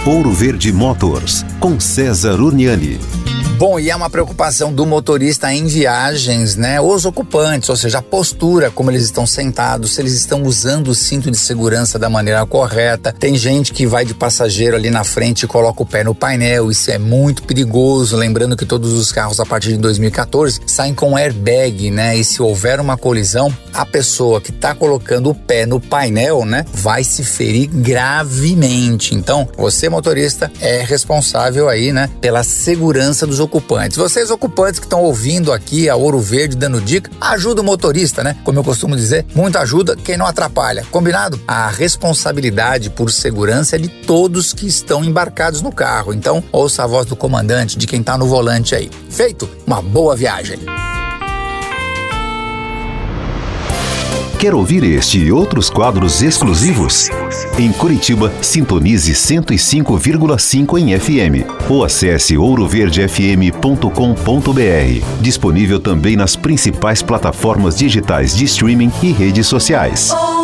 Ouro Verde Motors, com César Urniani. Bom, e é uma preocupação do motorista em viagens, né? Os ocupantes, ou seja, a postura, como eles estão sentados, se eles estão usando o cinto de segurança da maneira correta. Tem gente que vai de passageiro ali na frente e coloca o pé no painel, isso é muito perigoso. Lembrando que todos os carros a partir de 2014 saem com airbag, né? E se houver uma colisão, a pessoa que está colocando o pé no painel, né, vai se ferir gravemente. Então, você, motorista, é responsável aí, né, pela segurança dos ocupantes. Vocês, ocupantes que estão ouvindo aqui a Ouro Verde dando dica, ajuda o motorista, né? Como eu costumo dizer, muito ajuda quem não atrapalha. Combinado? A responsabilidade por segurança é de todos que estão embarcados no carro. Então, ouça a voz do comandante, de quem está no volante aí. Feito? Uma boa viagem. Quer ouvir este e outros quadros exclusivos? Em Curitiba, sintonize 105,5 em FM ou acesse ouroverdefm.com.br. Disponível também nas principais plataformas digitais de streaming e redes sociais.